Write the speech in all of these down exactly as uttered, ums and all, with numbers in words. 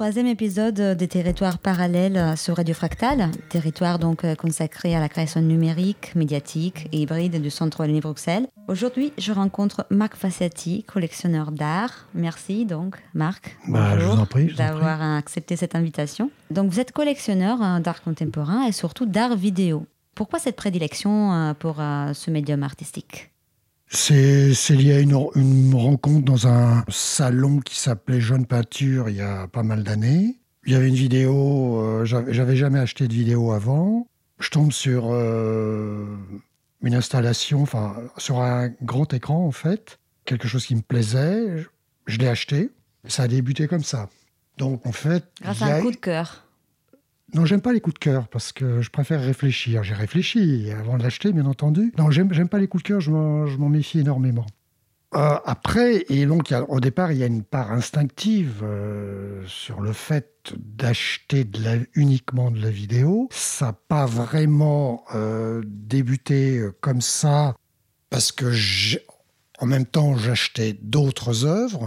troisième épisode des Territoires parallèles sur Radio Fractal, territoire donc consacré à la création numérique, médiatique et hybride du Centre Wallonie-Bruxelles. Aujourd'hui, je rencontre Marc Fassiati, collectionneur d'art. Merci donc, Marc, bah, je vous en prie, je d'avoir vous en prie. accepté cette invitation. Donc, vous êtes collectionneur d'art contemporain et surtout d'art vidéo. Pourquoi cette prédilection pour ce médium artistique ? C'est, c'est lié à une, une rencontre dans un salon qui s'appelait Jeune Peinture il y a pas mal d'années. Il y avait une vidéo, euh, j'avais, j'avais jamais acheté de vidéo avant. Je tombe sur euh, une installation, enfin sur un grand écran en fait, quelque chose qui me plaisait. Je, je l'ai acheté. Ça a débuté comme ça. Donc en fait, grâce à un coup de cœur. Non, j'aime pas les coups de cœur parce que je préfère réfléchir. J'ai réfléchi avant de l'acheter, bien entendu. Non, j'aime, j'aime pas les coups de cœur, je m'en, je m'en méfie énormément. Euh, après, et donc il y a, au départ, il y a une part instinctive euh, sur le fait d'acheter de la, uniquement de la vidéo. Ça n'a pas vraiment euh, débuté comme ça parce que j'ai, en même temps, j'achetais d'autres œuvres.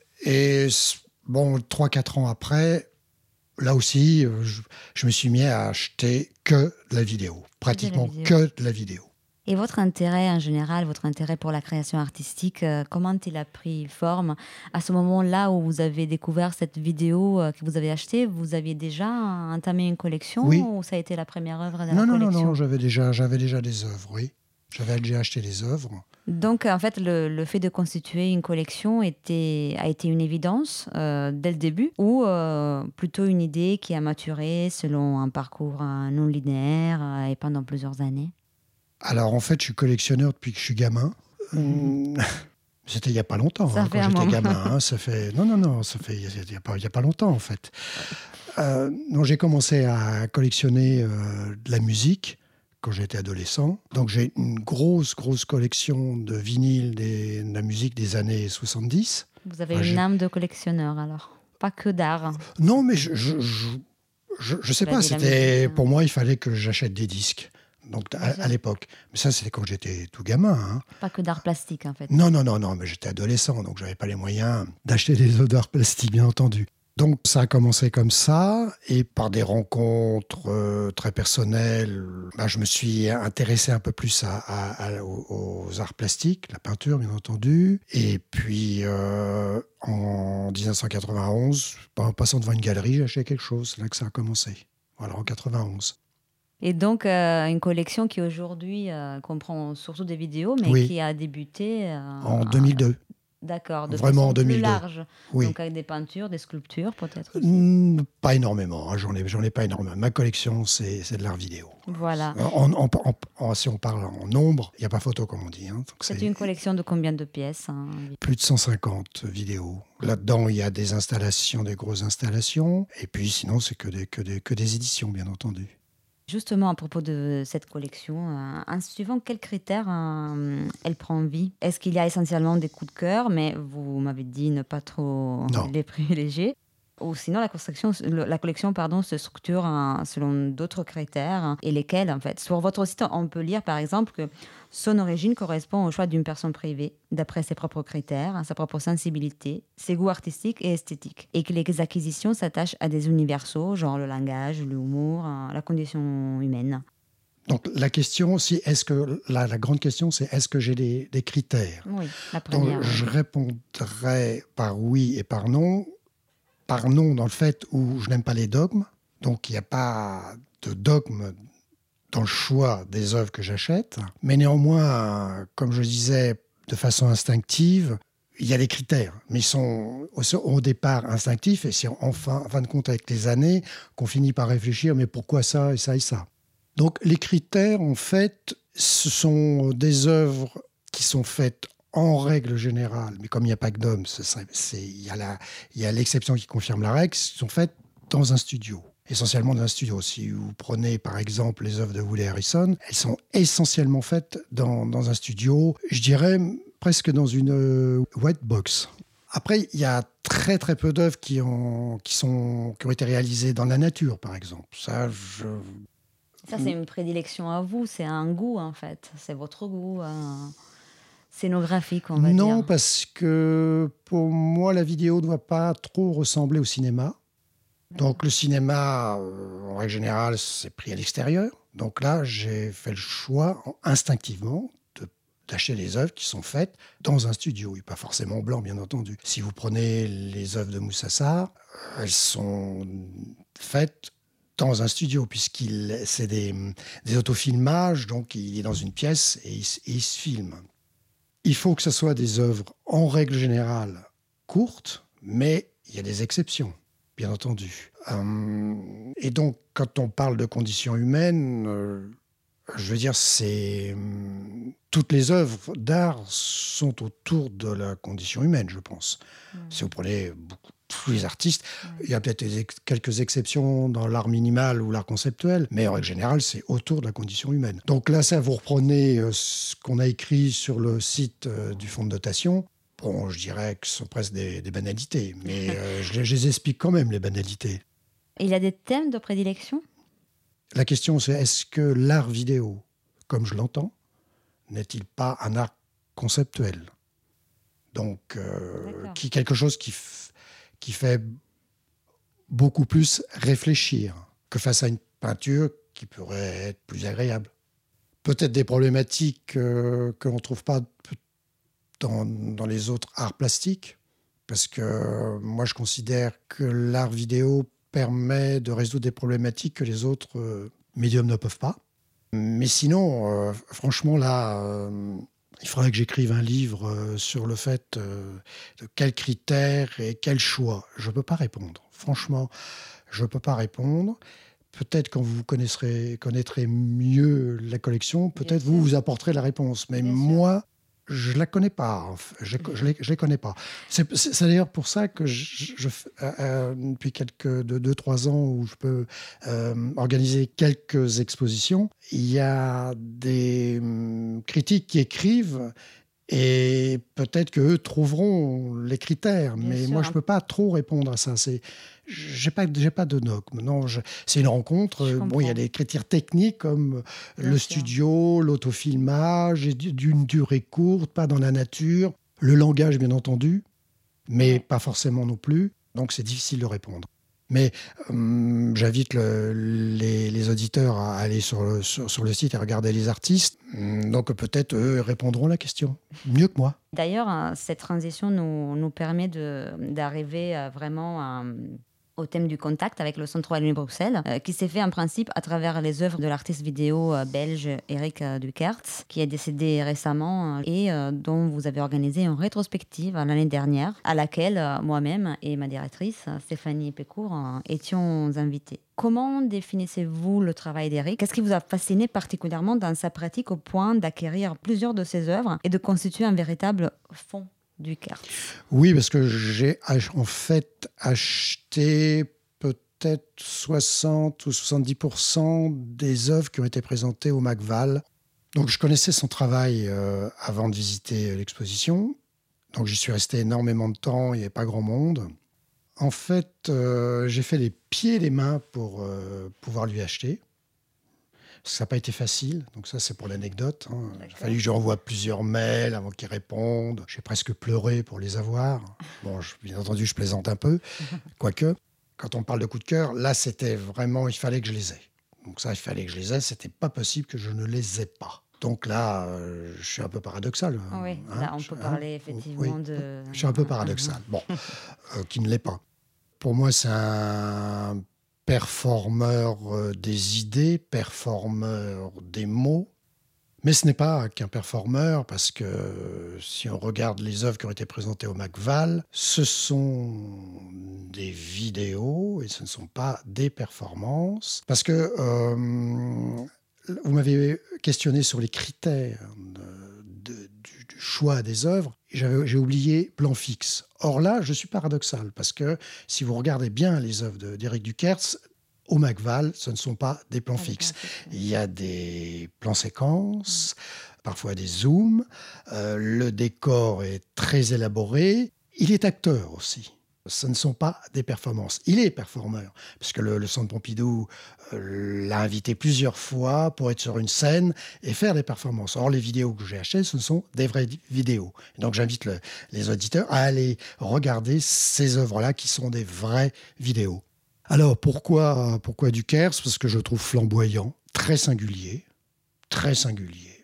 Et bon, trois quatre ans après, là aussi, je, je me suis mis à acheter que de la vidéo, pratiquement de la vidéo. que de la vidéo. Et votre intérêt en général, votre intérêt pour la création artistique, euh, comment il a pris forme à ce moment-là où vous avez découvert cette vidéo euh, que vous avez achetée? Vous aviez déjà entamé une collection oui. ou ça a été la première œuvre de non, la non, collection? Non, non, j'avais déjà, j'avais déjà des œuvres, oui. J'avais déjà acheté des œuvres. Donc, en fait, le, le fait de constituer une collection était, a été une évidence euh, dès le début ou euh, plutôt une idée qui a maturé selon un parcours euh, non linéaire euh, et pendant plusieurs années? Alors, en fait, je suis collectionneur depuis que je suis gamin. Mmh. C'était il n'y a pas longtemps, ça hein, fait quand un j'étais moment. gamin. Hein, ça fait... Non, non, non, ça fait il n'y a, a, a pas longtemps, en fait. Euh, non, j'ai commencé à collectionner euh, de la musique quand j'étais adolescent. Donc j'ai une grosse, grosse collection de vinyles des, de la musique des années soixante-dix. Vous avez enfin, une j'ai... âme de collectionneur alors? Pas que d'art? Non, mais je je, je, je, je sais pas, c'était... Musique, pour moi, il fallait que j'achète des disques. Donc à, à l'époque. Mais ça, c'était quand j'étais tout gamin. Hein. Pas que d'art plastique, en fait. Non, non, non, non, mais j'étais adolescent, donc j'avais pas les moyens d'acheter des œuvres d'art plastique, bien entendu. Donc ça a commencé comme ça, et par des rencontres euh, très personnelles, bah, je me suis intéressé un peu plus à, à, à, aux, aux arts plastiques, la peinture bien entendu. Et puis euh, en dix-neuf cent quatre-vingt-onze, en passant devant une galerie, j'ai acheté quelque chose, c'est là que ça a commencé. Voilà, en quatre-vingt-onze. Et donc, euh, une collection qui aujourd'hui euh, comprend surtout des vidéos, mais oui. qui a débuté... Euh, en deux mille deux. D'accord, de Vraiment façon en deux mille deux. Plus large. Oui. Donc avec des peintures, des sculptures peut-être aussi. Mmh, pas énormément, hein, j'en ai, j'en ai pas énormément. Ma collection, c'est, c'est de l'art vidéo. Voilà. En, en, en, en, si on parle en nombre, il n'y a pas photo comme on dit. Hein, donc c'est, c'est une collection de combien de pièces hein? Plus de cent cinquante vidéos. Là-dedans, il y a des installations, des grosses installations. Et puis sinon, c'est que des, que des, que des éditions, bien entendu. Justement, à propos de cette collection, euh, en suivant quels critères euh, elle prend vie? Est-ce qu'il y a essentiellement des coups de cœur, mais vous m'avez dit ne pas trop non. les privilégier? Ou sinon, la, construction, la collection pardon, se structure hein, selon d'autres critères. Hein, et lesquels, en fait? Sur votre site, on peut lire, par exemple, que son origine correspond au choix d'une personne privée, d'après ses propres critères, hein, sa propre sensibilité, ses goûts artistiques et esthétiques. Et que les acquisitions s'attachent à des universaux, genre le langage, l'humour, hein, la condition humaine. Donc la question, si est-ce que la, la grande question, c'est est-ce que j'ai des, des critères? Oui, la première. Donc je répondrai par oui et par non. Par non dans le fait où je n'aime pas les dogmes, donc il n'y a pas de dogme dans le choix des œuvres que j'achète, mais néanmoins, comme je disais, de façon instinctive, il y a des critères, mais ils sont au, au départ instinctifs, et c'est enfin, en fin de compte avec les années qu'on finit par réfléchir, mais pourquoi ça et ça et ça? Donc les critères, en fait, ce sont des œuvres qui sont faites en règle générale, mais comme il n'y a pas que d'hommes, il y a la, il y a l'exception qui confirme la règle, sont faites dans un studio, essentiellement dans un studio. Si vous prenez par exemple les œuvres de Woody Harrison, elles sont essentiellement faites dans, dans un studio, je dirais presque dans une euh, white box. Après, il y a très très peu d'œuvres qui ont, qui sont, qui ont été réalisées dans la nature, par exemple. Ça, je... Ça c'est une prédilection à vous, c'est un goût en fait, c'est votre goût. Un... scénographique, on va non, dire. parce que pour moi, la vidéo ne doit pas trop ressembler au cinéma. Donc le cinéma, euh, en règle générale, c'est pris à l'extérieur. Donc là, j'ai fait le choix instinctivement de- d'acheter des œuvres qui sont faites dans un studio, et pas forcément blanc, bien entendu. Si vous prenez les œuvres de Moussa Sarr, elles sont faites dans un studio, puisqu'il c'est des, des autofilmages, donc il est dans une pièce et il, s- et il se filme. Il faut que ce soit des œuvres, en règle générale, courtes, mais il y a des exceptions, bien entendu. Euh, et donc, quand on parle de conditions humaines, euh, je veux dire, c'est hum, toutes les œuvres d'art sont autour de la condition humaine, je pense. Mmh. Si vous prenez beaucoup, tous les artistes, Ouais. il y a peut-être des ex- quelques exceptions dans l'art minimal ou l'art conceptuel, mais en règle générale, c'est autour de la condition humaine. Donc là, ça, vous reprenez euh, ce qu'on a écrit sur le site euh, du fonds de dotation. Bon, je dirais que ce sont presque des, des banalités, mais euh, je, les- je les explique quand même, les banalités. Et il y a des thèmes de prédilection? La question, c'est est-ce que l'art vidéo, comme je l'entends, n'est-il pas un art conceptuel? Donc, euh, D'accord. qui, quelque chose qui, f- qui fait beaucoup plus réfléchir que face à une peinture qui pourrait être plus agréable. Peut-être des problématiques euh, que l'on ne trouve pas dans, dans les autres arts plastiques, parce que euh, moi je considère que l'art vidéo permet de résoudre des problématiques que les autres euh, médiums ne peuvent pas. Mais sinon, euh, franchement, là, euh, il faudrait que j'écrive un livre euh, sur le fait euh, de quels critères et quels choix. Je ne peux pas répondre. Franchement, je ne peux pas répondre. Peut-être quand vous connaîtrez, connaîtrez mieux la collection, peut-être vous sûr. vous apporterez la réponse. Mais Bien sûr. moi, je ne la connais pas. en fait. Je ne les, je les connais pas. C'est, c'est- c'est d'ailleurs pour ça que je, je- euh, euh, depuis quelques deux, deux, trois ans où je peux euh, organiser quelques expositions, il y a des hum, critiques qui écrivent et peut-être qu'eux trouveront les critères, Bien mais sûr, moi, je hein. ne peux pas trop répondre à ça. C'est, j'ai pas, j'ai pas de dogme. Non, je- c'est une rencontre. Je Euh, Bon, il y a comprends. des critères techniques comme Bien le sûr. studio, l'autofilmage, et d- d'une durée courte, pas dans la nature, le langage, bien entendu, mais Ouais. pas forcément non plus. Donc, c'est difficile de répondre. Mais hum, j'invite le- les, les auditeurs à aller sur le, sur, sur le site et regarder les artistes. Hum, Donc, peut-être eux répondront à la question mieux que moi. D'ailleurs, hein, cette transition nous, nous permet de, d'arriver euh, vraiment à, au thème du contact avec le Centre Wallonie-Bruxelles, euh, qui s'est fait en principe à travers les œuvres de l'artiste vidéo euh, belge Eric euh, Dukertz, qui est décédé récemment euh, et euh, dont vous avez organisé une rétrospective euh, l'année dernière, à laquelle euh, moi-même et ma directrice, euh, Stéphanie Pécourt, euh, étions invités. Comment définissez-vous le travail d'Eric? Qu'est-ce qui vous a fasciné particulièrement dans sa pratique au point d'acquérir plusieurs de ses œuvres et de constituer un véritable fond du Kertz? Oui, parce que j'ai ach- en fait acheté peut-être soixante ou soixante-dix pour cent des œuvres qui ont été présentées au McVal. Donc je connaissais son travail euh, avant de visiter l'exposition. Donc j'y suis resté énormément de temps, il n'y avait pas grand monde. En fait, euh, j'ai fait les pieds et les mains pour euh, pouvoir lui acheter. Ça n'a pas été facile, donc ça c'est pour l'anecdote. hein. Il a D'accord. fallu que je renvoie plusieurs mails avant qu'ils répondent. J'ai presque pleuré pour les avoir. Bon, je- bien entendu, je plaisante un peu, quoique, quand on parle de coup de cœur, là c'était vraiment, il fallait que je les ai. Donc ça, il fallait que je les ai, c'était pas possible que je ne les ai pas. Donc là, euh, je suis un peu paradoxal. hein, Oui, hein, là on je- peut hein, parler oui, effectivement de... je suis un peu paradoxal. Bon, euh, qui ne l'est pas. Pour moi, c'est un performeur euh, des idées, performeur des mots. Mais ce n'est pas qu'un performeur, parce que euh, si on regarde les œuvres qui ont été présentées au McVal, ce sont des vidéos et ce ne sont pas des performances. Parce que euh, vous m'avez questionné sur les critères de- de- du, du choix des œuvres. J'avais- J'ai oublié plan fixe. Or là, je suis paradoxal, parce que si vous regardez bien les œuvres de- d'Éric Dukertz, au McVal, ce ne sont pas des plans Ah, des fixes. plans fixes, ouais. Il y a des plans séquences, parfois des zooms. Euh, le décor est très élaboré. Il est acteur aussi. Ce ne sont pas des performances. Il est performeur, puisque le, le Centre Pompidou euh, l'a invité plusieurs fois pour être sur une scène et faire des performances. Or, les vidéos que j'ai achetées, ce sont des vraies di- vidéos. Et donc, j'invite le- les auditeurs à aller regarder ces œuvres-là qui sont des vraies vidéos. Alors, pourquoi, pourquoi Dukers? Parce que je le trouve flamboyant, très singulier, très singulier.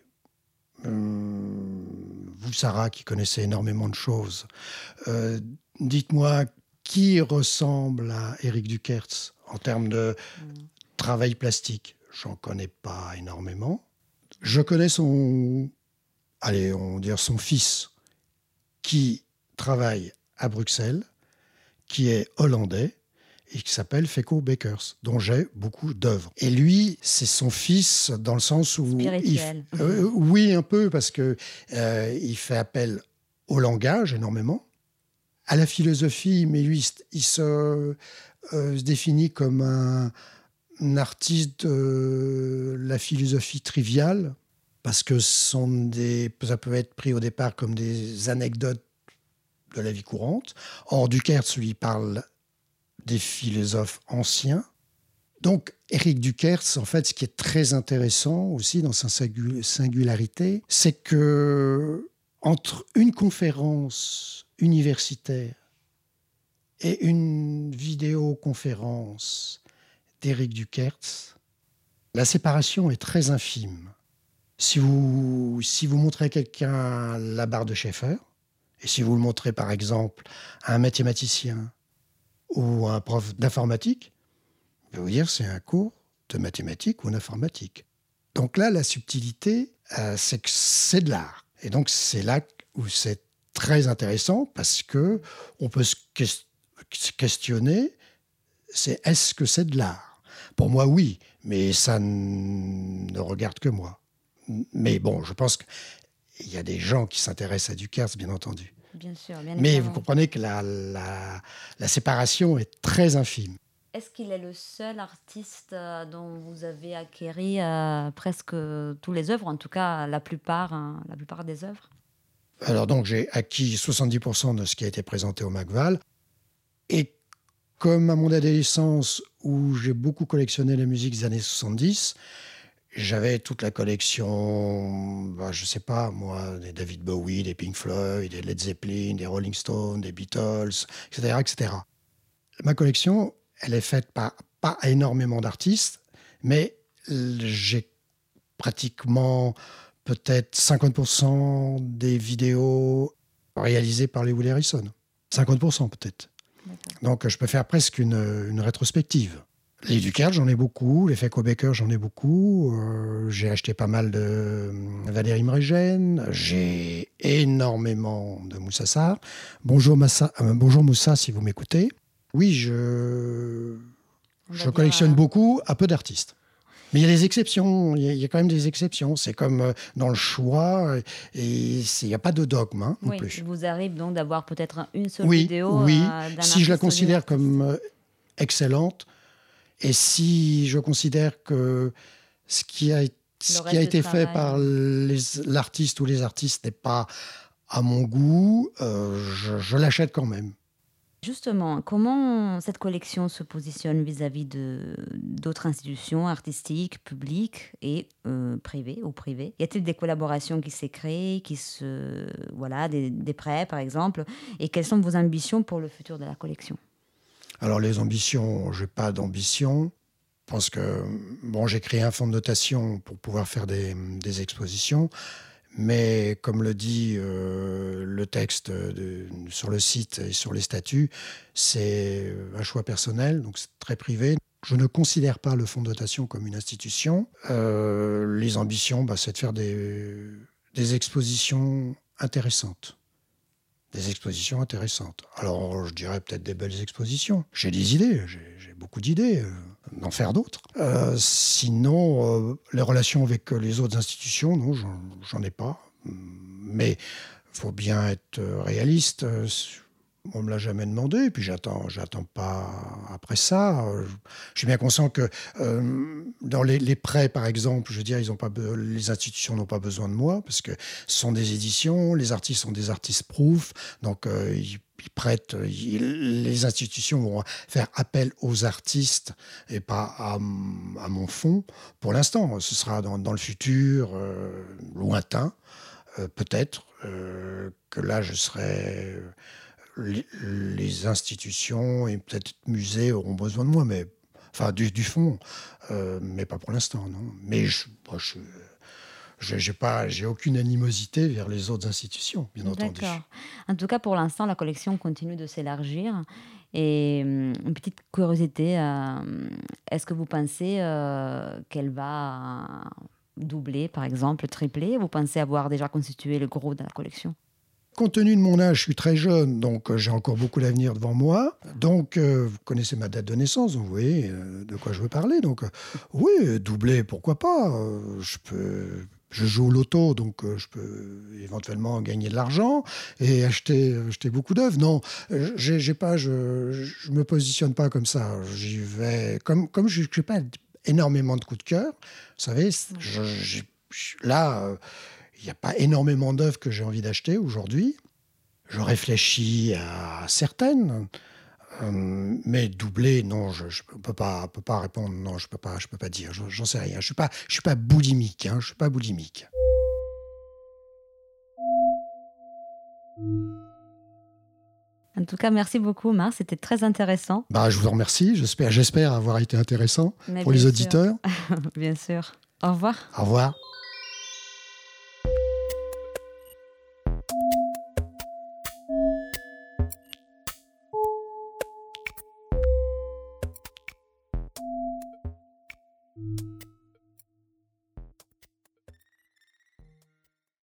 Euh, vous, Sarah, qui connaissez énormément de choses, euh, dites-moi qui ressemble à Éric Dukers en termes de mmh. travail plastique? J'en connais pas énormément. Je connais son, allez, on va dire son fils, qui travaille à Bruxelles, qui est hollandais et qui s'appelle Feiko Bakers, dont j'ai beaucoup d'œuvres. Et lui, c'est son fils dans le sens où... Spirituel. Il, euh, oui, un peu, parce que euh, il fait appel au langage énormément, à la philosophie, mais lui, il se, euh, se définit comme un, un artiste de la philosophie triviale, parce que sont des, ça peut être pris au départ comme des anecdotes de la vie courante. Or, Dukers lui parle des philosophes anciens. Donc, Éric Dukers, en fait, ce qui est très intéressant aussi dans sa singularité, c'est que entre une conférence universitaire et une vidéoconférence d'Éric Dukers, la séparation est très infime. Si vous, si vous montrez à quelqu'un la barre de Schaeffer, et si vous le montrez par exemple à un mathématicien ou à un prof d'informatique, je vais vous dire c'est un cours de mathématiques ou d'informatique. Donc là, la subtilité, euh, c'est que c'est de l'art. Et donc c'est là où c'est très intéressant parce que on peut se questionner, c'est est-ce que c'est de l'art? Pour moi, oui, mais ça ne regarde que moi. Mais bon, je pense qu'il y a des gens qui s'intéressent à Dukers, bien entendu. Bien sûr, bien Mais évidemment. vous comprenez que la, la, la séparation est très infime. Est-ce qu'il est le seul artiste dont vous avez acquéri euh, presque tous les œuvres, en tout cas la plupart, hein, la plupart des œuvres? Alors donc j'ai acquis soixante-dix pour cent de ce qui a été présenté au McVal. Et comme à mon adolescence, où j'ai beaucoup collectionné la musique des années soixante-dix, j'avais toute la collection, bah, je sais pas moi, des David Bowie, des Pink Floyd, des Led Zeppelin, des Rolling Stones, des Beatles, et cetera, et cetera. Ma collection, elle est faite par pas énormément d'artistes, mais j'ai pratiquement peut-être cinquante pour cent des vidéos réalisées par les Woody Harrelson. cinquante pour cent peut-être. D'accord. Donc je peux faire presque une, une rétrospective. Les Dukers, j'en ai beaucoup. Les Feiko Bakers, j'en ai beaucoup. Euh, j'ai acheté pas mal de Valérie Mregen. J'ai énormément de Moussa Sarr. Bonjour, Massa, euh, bonjour Moussa, si vous m'écoutez. Oui, je, je collectionne dire... beaucoup à peu d'artistes. Mais il y a des exceptions, il y a, il y a quand même des exceptions. C'est comme dans le choix, et il n'y a pas de dogme hein, non oui, plus. Il vous arrive donc d'avoir peut-être une seule oui, vidéo oui. Euh, d'un si je la considère comme excellente, et si je considère que ce qui a, ce qui a été fait par les, l'artiste ou les artistes n'est pas à mon goût, euh, je, je l'achète quand même. Justement, comment cette collection se positionne vis-à-vis de, d'autres institutions artistiques, publiques et euh, privées ou privées? Y a-t-il des collaborations qui s'est créées, qui se, voilà, des, des prêts par exemple? Et quelles sont vos ambitions pour le futur de la collection? Alors les ambitions, je n'ai pas d'ambition. Je pense que bon, j'ai créé un fonds de dotation pour pouvoir faire des, des expositions. Mais comme le dit euh, le texte de, sur le site et sur les statuts, c'est un choix personnel, donc c'est très privé. Je ne considère pas le fonds de dotation comme une institution. Euh, les ambitions, bah, c'est de faire des, des expositions intéressantes. Des expositions intéressantes. Alors, je dirais peut-être des belles expositions. J'ai des idées, j'ai, j'ai beaucoup d'idées, euh, d'en faire d'autres. Euh, sinon, euh, les relations avec les autres institutions, non, j'en, j'en ai pas. Mais il faut bien être réaliste. On ne me l'a jamais demandé, et puis j'attends, j'attends pas après ça. Je suis bien conscient que euh, dans les, les prêts, par exemple, je veux dire, ils ont pas, les institutions n'ont pas besoin de moi, parce que ce sont des éditions, les artistes sont des artistes proof, donc euh, ils, ils prêtent, ils, les institutions vont faire appel aux artistes et pas à, à mon fonds. Pour l'instant, ce sera dans, dans le futur euh, lointain, euh, peut-être, euh, que là, je serai... les, les institutions et peut-être musées auront besoin de moi, mais enfin du, du fond, euh, mais pas pour l'instant, non. Mais je, moi, je j'ai pas, j'ai aucune animosité vers les autres institutions, bien entendu. D'accord. En tout cas, pour l'instant, la collection continue de s'élargir. Et hum, une petite curiosité, euh, est-ce que vous pensez euh, qu'elle va doubler, par exemple, tripler? Vous pensez avoir déjà constitué le gros de la collection? Compte tenu de mon âge, je suis très jeune, donc euh, j'ai encore beaucoup d'avenir devant moi. Donc, euh, vous connaissez ma date de naissance, donc vous voyez euh, de quoi je veux parler. Donc, euh, oui, doubler, pourquoi pas. Euh, je peux, je joue au loto, donc euh, je peux éventuellement gagner de l'argent et acheter, acheter beaucoup d'œuvres. Non, euh, j'ai, j'ai pas, je, je me positionne pas comme ça. J'y vais comme, comme je n'ai pas énormément de coups de cœur. Vous savez, je, je- je- là. euh, Il n'y a pas énormément d'œuvres que j'ai envie d'acheter aujourd'hui. Je réfléchis à certaines, euh, mais doubler, non, je ne peux pas, peux pas répondre. Non, je ne peux pas, je peux pas dire. Je- J'en sais rien. Je ne suis pas, je suis pas boulimique. Hein, je suis pas boulimique. En tout cas, merci beaucoup, Marc. C'était très intéressant. Bah, je vous en remercie. J'espère, j'espère avoir été intéressant Mais pour bien les sûr, auditeurs. bien sûr. Au revoir. Au revoir.